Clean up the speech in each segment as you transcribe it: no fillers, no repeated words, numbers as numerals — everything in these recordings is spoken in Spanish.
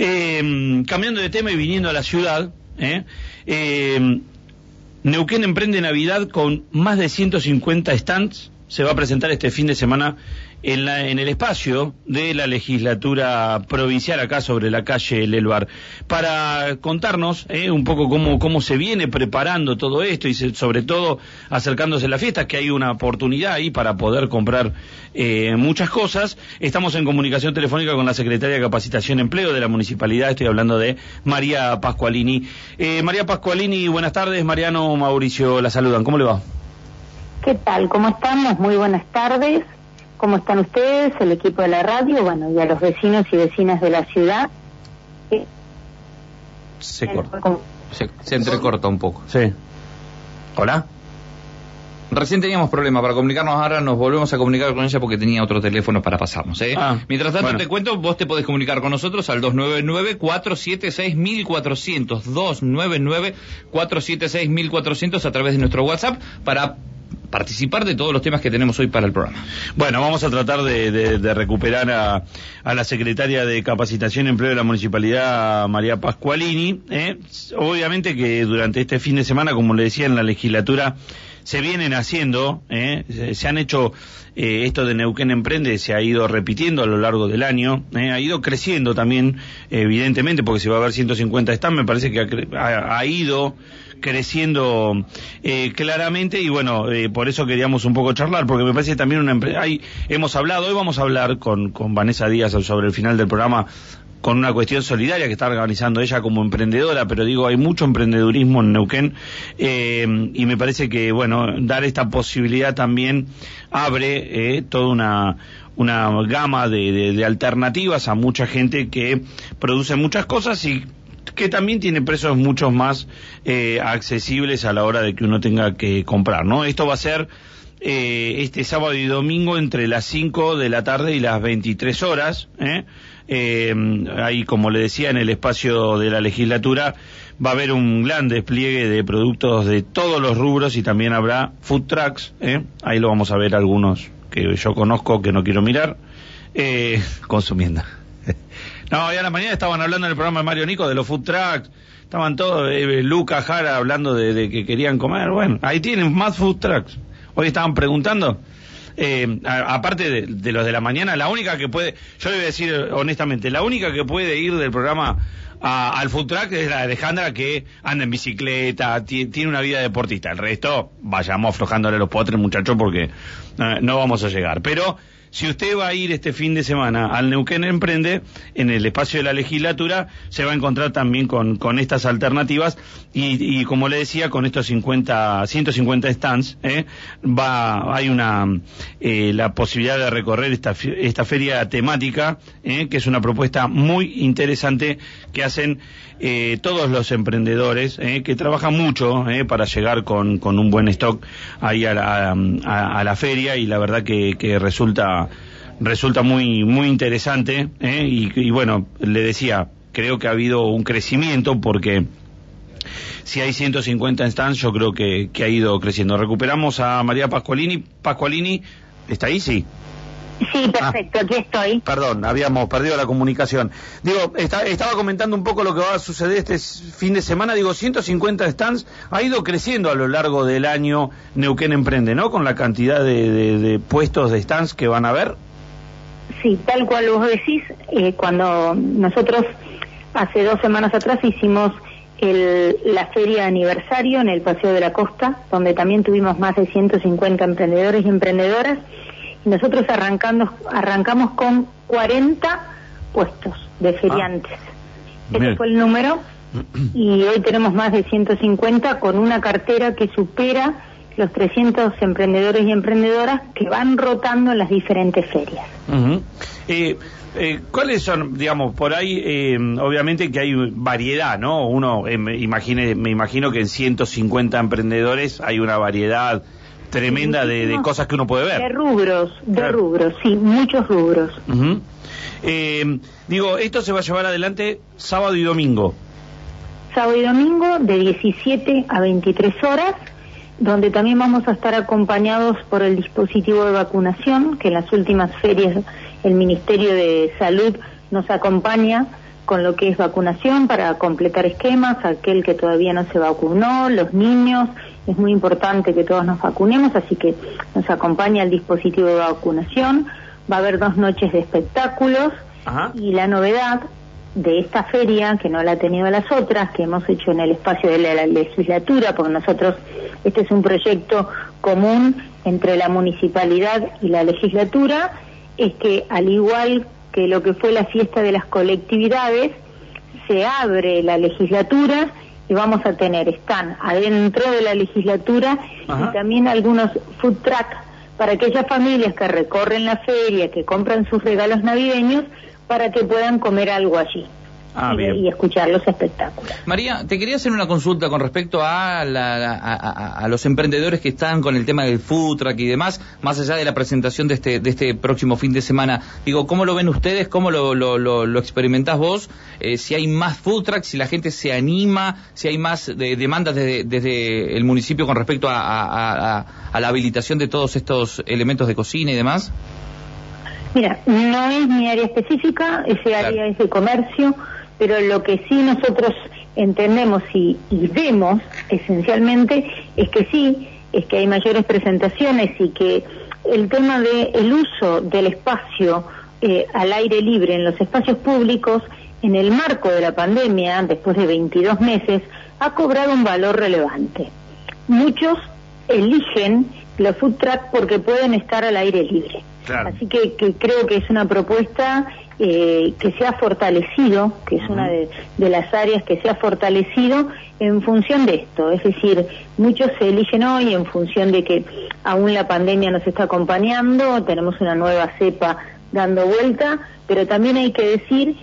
Cambiando de tema y viniendo a la ciudad, Neuquén Emprende Navidad con más de 150 stands. Se va a presentar este fin de semana en el espacio de la legislatura provincial acá sobre la calle Lelvar, para contarnos un poco cómo se viene preparando todo esto y sobre todo acercándose a la fiesta, que hay una oportunidad ahí para poder comprar muchas cosas. Estamos en comunicación telefónica con la secretaria de Capacitación y Empleo de la Municipalidad, estoy hablando de María Pascualini. María Pascualini, buenas tardes. Mariano, Mauricio la saludan, ¿cómo le va? ¿Qué tal? ¿Cómo estamos? Muy buenas tardes. ¿Cómo están ustedes, el equipo de la radio, bueno, y a los vecinos y vecinas de la ciudad? Se entrecorta un poco. Sí. ¿Hola? Recién teníamos problemas para comunicarnos, ahora nos volvemos a comunicar con ella porque tenía otro teléfono para pasarnos, Mientras tanto, bueno, te cuento, vos te podés comunicar con nosotros al 299-476-1400, 299-476-1400 a través de nuestro WhatsApp para participar de todos los temas que tenemos hoy para el programa. Bueno, vamos a tratar de recuperar a la secretaria de Capacitación y Empleo de la Municipalidad, María Pascualini. Obviamente que durante este fin de semana, como le decía, en la legislatura se vienen haciendo, se han hecho, esto de Neuquén Emprende se ha ido repitiendo a lo largo del año, ha ido creciendo también, evidentemente, porque se va a ver 150 stands, me parece que ha ido creciendo claramente, y bueno, por eso queríamos un poco charlar, porque me parece también hemos hablado, hoy vamos a hablar con Vanessa Díaz sobre el final del programa, con una cuestión solidaria que está organizando ella como emprendedora, pero digo, hay mucho emprendedurismo en Neuquén, y me parece que, bueno, dar esta posibilidad también abre toda una gama de alternativas a mucha gente que produce muchas cosas y que también tiene precios mucho más accesibles a la hora de que uno tenga que comprar, ¿no? Esto va a ser este sábado y domingo entre las 5 de la tarde y las 23 horas, ahí, como le decía, en el espacio de la legislatura va a haber un gran despliegue de productos de todos los rubros y también habrá food trucks, ahí lo vamos a ver algunos que yo conozco, que no quiero mirar, consumiendo. No, hoy a la mañana estaban hablando en el programa de Mario Nico de los food trucks, estaban todos, Luca Jara hablando de que querían comer. Bueno, ahí tienen más food trucks. Hoy estaban preguntando, aparte de los de la mañana, la única que puede, yo le voy a decir honestamente, la única que puede ir del programa al food truck es la Alejandra, que anda en bicicleta, tiene una vida deportista. El resto, vayamos aflojándole los potres, muchachos, porque no vamos a llegar. Pero si usted va a ir este fin de semana al Neuquén Emprende, en el espacio de la legislatura, se va a encontrar también con estas alternativas y como le decía, con estos 150 stands, hay la posibilidad de recorrer esta feria temática, que es una propuesta muy interesante que hacen todos los emprendedores, que trabajan mucho para llegar con un buen stock ahí a la feria, y la verdad que resulta muy muy interesante, y bueno, le decía, creo que ha habido un crecimiento, porque si hay 150 stands, yo creo que ha ido creciendo. Recuperamos a María Pascualini, ¿está ahí? Sí. Sí, perfecto, aquí estoy. Perdón, habíamos perdido la comunicación. Digo, estaba comentando un poco lo que va a suceder este fin de semana. Digo, 150 stands, ha ido creciendo a lo largo del año Neuquén Emprende, ¿no? Con la cantidad de puestos de stands que van a haber. Sí, tal cual vos decís, cuando nosotros hace 2 semanas atrás hicimos la feria de aniversario en el Paseo de la Costa, donde también tuvimos más de 150 emprendedores y emprendedoras, y nosotros arrancamos con 40 puestos de feriantes. Ese fue el número, y hoy tenemos más de 150 con una cartera que supera los 300 emprendedores y emprendedoras que van rotando en las diferentes ferias. ¿Cuáles son, digamos, por ahí, obviamente que hay variedad, ¿no? Uno, me imagino que en 150 emprendedores hay una variedad tremenda de cosas que uno puede ver. De rubros, sí, muchos rubros. Digo, esto se va a llevar adelante sábado y domingo. Sábado y domingo de 17 a 23 horas, donde también vamos a estar acompañados por el dispositivo de vacunación, que en las últimas ferias el Ministerio de Salud nos acompaña con lo que es vacunación para completar esquemas, aquel que todavía no se vacunó, los niños. Es muy importante que todos nos vacunemos, así que nos acompaña el dispositivo de vacunación. Va a haber 2 noches de espectáculos. Ajá. Y la novedad de esta feria, que no la ha tenido las otras, que hemos hecho en el espacio de la legislatura, porque nosotros, este es un proyecto común entre la municipalidad y la legislatura, es que al igual que lo que fue la fiesta de las colectividades, se abre la legislatura y vamos a tener, están adentro de la legislatura, ajá, y también algunos food truck para aquellas familias que recorren la feria, que compran sus regalos navideños, para que puedan comer algo allí. Y escuchar los espectáculos. María, te quería hacer una consulta con respecto a los emprendedores que están con el tema del food truck y demás, más allá de la presentación de este próximo fin de semana. Digo, ¿cómo lo ven ustedes? ¿Cómo lo experimentás vos? Si hay más food trucks, si la gente se anima, si hay más demandas desde el municipio con respecto a la habilitación de todos estos elementos de cocina y demás. Mira, no es mi área específica, ese área es de comercio, pero lo que sí nosotros entendemos y vemos esencialmente es que sí, es que hay mayores presentaciones y que el tema del uso del espacio al aire libre en los espacios públicos, en el marco de la pandemia, después de 22 meses, ha cobrado un valor relevante. Muchos eligen los food truck porque pueden estar al aire libre. Claro. Así que creo que es una propuesta que se ha fortalecido, que es una de las áreas que se ha fortalecido en función de esto. Es decir, muchos se eligen hoy en función de que aún la pandemia nos está acompañando, tenemos una nueva cepa dando vuelta, pero también hay que decir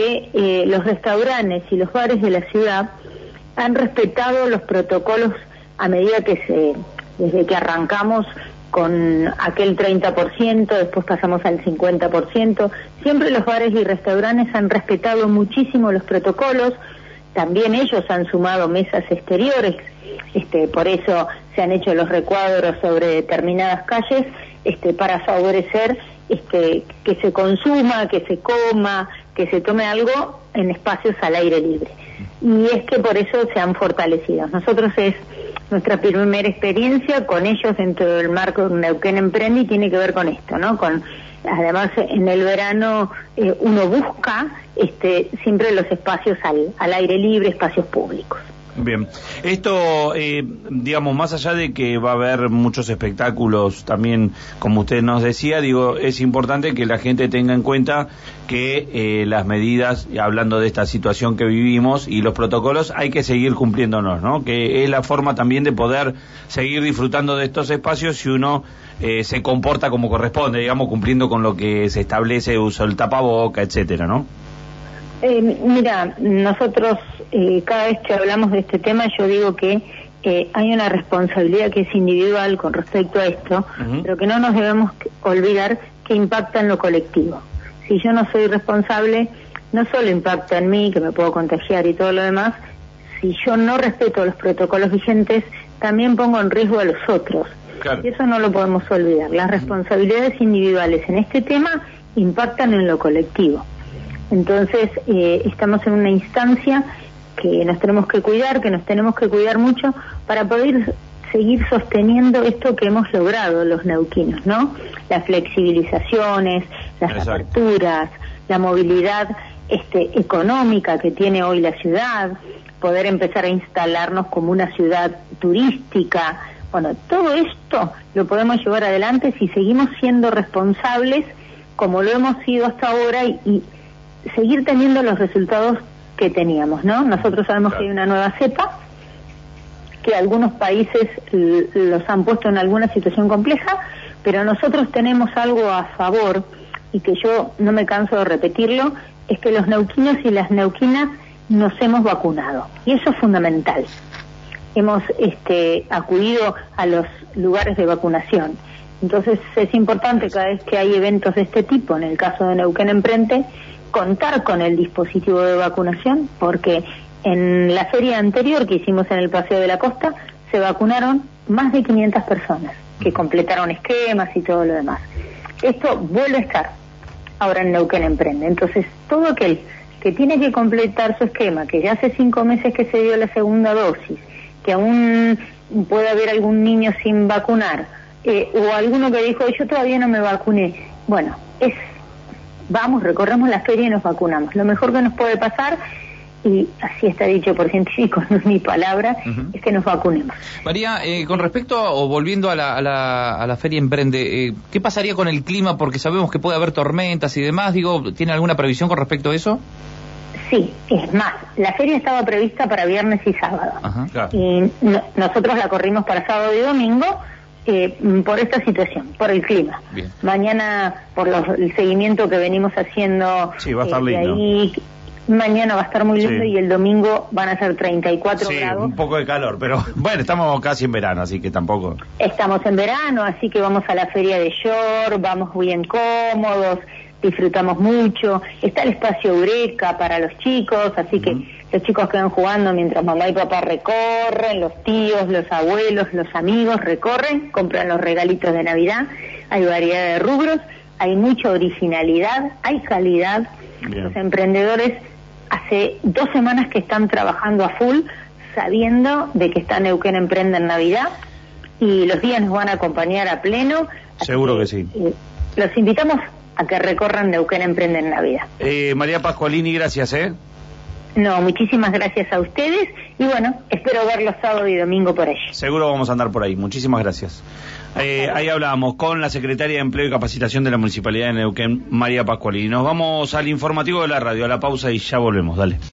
que los restaurantes y los bares de la ciudad han respetado los protocolos a medida que desde que arrancamos con aquel 30%, después pasamos al 50%, siempre los bares y restaurantes han respetado muchísimo los protocolos, también ellos han sumado mesas exteriores, por eso se han hecho los recuadros sobre determinadas calles, para favorecer que se consuma, que se coma, que se tome algo en espacios al aire libre. Y es que por eso se han fortalecido. Nosotros es nuestra primera experiencia con ellos dentro del marco de Neuquén Emprende y tiene que ver con esto, ¿no? Además, en el verano uno busca siempre los espacios al aire libre, espacios públicos. Bien, esto, digamos, más allá de que va a haber muchos espectáculos también, como usted nos decía, digo, es importante que la gente tenga en cuenta que las medidas, hablando de esta situación que vivimos y los protocolos, hay que seguir cumpliéndonos, ¿no? Que es la forma también de poder seguir disfrutando de estos espacios si uno se comporta como corresponde, digamos, cumpliendo con lo que se establece, uso el tapaboca, etcétera, ¿no? Mira, nosotros cada vez que hablamos de este tema yo digo que hay una responsabilidad que es individual con respecto a esto, pero que no nos debemos olvidar que impacta en lo colectivo. Si yo no soy responsable, no solo impacta en mí, que me puedo contagiar y todo lo demás, si yo no respeto los protocolos vigentes, también pongo en riesgo a los otros. Claro. Y eso no lo podemos olvidar. Las responsabilidades individuales en este tema impactan en lo colectivo. Entonces, estamos en una instancia que nos tenemos que cuidar mucho para poder seguir sosteniendo esto que hemos logrado los neuquinos, ¿no? Las flexibilizaciones, las aperturas, la movilidad económica que tiene hoy la ciudad, poder empezar a instalarnos como una ciudad turística. Bueno, todo esto lo podemos llevar adelante si seguimos siendo responsables como lo hemos sido hasta ahora y seguir teniendo los resultados que teníamos, ¿no? Nosotros sabemos que hay una nueva cepa, que algunos países los han puesto en alguna situación compleja, pero nosotros tenemos algo a favor, y que yo no me canso de repetirlo, es que los neuquinos y las neuquinas nos hemos vacunado, y eso es fundamental. Hemos acudido a los lugares de vacunación. Entonces es importante cada vez que hay eventos de este tipo, en el caso de Neuquén Emprende, contar con el dispositivo de vacunación, porque en la feria anterior que hicimos en el Paseo de la Costa se vacunaron más de 500 personas que completaron esquemas y todo lo demás. Esto vuelve a estar ahora en Neuquén Emprende. Entonces, todo aquel que tiene que completar su esquema, que ya hace 5 meses que se dio la segunda dosis, que aún puede haber algún niño sin vacunar, o alguno que dijo, yo todavía no me vacuné. Bueno, vamos, recorremos la feria y nos vacunamos. Lo mejor que nos puede pasar, y así está dicho por científicos, no es mi palabra, es que nos vacunemos. María, con respecto o volviendo a la Feria Emprende, ¿qué pasaría con el clima? Porque sabemos que puede haber tormentas y demás. ¿Tiene alguna previsión con respecto a eso? Sí, es más, la feria estaba prevista para viernes y sábado. Ajá, claro. Y nosotros la corrimos para sábado y domingo por esta situación, por el clima. Bien. Mañana, por el seguimiento que venimos haciendo, sí, va a estar lindo. Ahí, mañana va a estar muy lindo, sí. Y el domingo van a ser 34 sí, grados. Un poco de calor, pero bueno, estamos casi en verano, así que tampoco. Estamos en verano, así que vamos a la feria de York, vamos bien cómodos, disfrutamos mucho. Está el espacio Eureka para los chicos, así que los chicos quedan jugando mientras mamá y papá recorren, los tíos, los abuelos, los amigos recorren, compran los regalitos de Navidad. Hay variedad de rubros, hay mucha originalidad, hay calidad. Bien. Los emprendedores hace 2 semanas que están trabajando a full, sabiendo de que está Neuquén Emprende en Navidad, y los días nos van a acompañar a pleno. Seguro que sí. Los invitamos a que recorran Neuquén Emprende en Navidad. María Pascualini, gracias, No, muchísimas gracias a ustedes, y bueno, espero verlos sábado y domingo por allí. Seguro vamos a andar por ahí, muchísimas gracias. Ahí hablábamos con la secretaria de Empleo y Capacitación de la Municipalidad de Neuquén, María Pascualini. Nos vamos al informativo de la radio, a la pausa y ya volvemos, dale.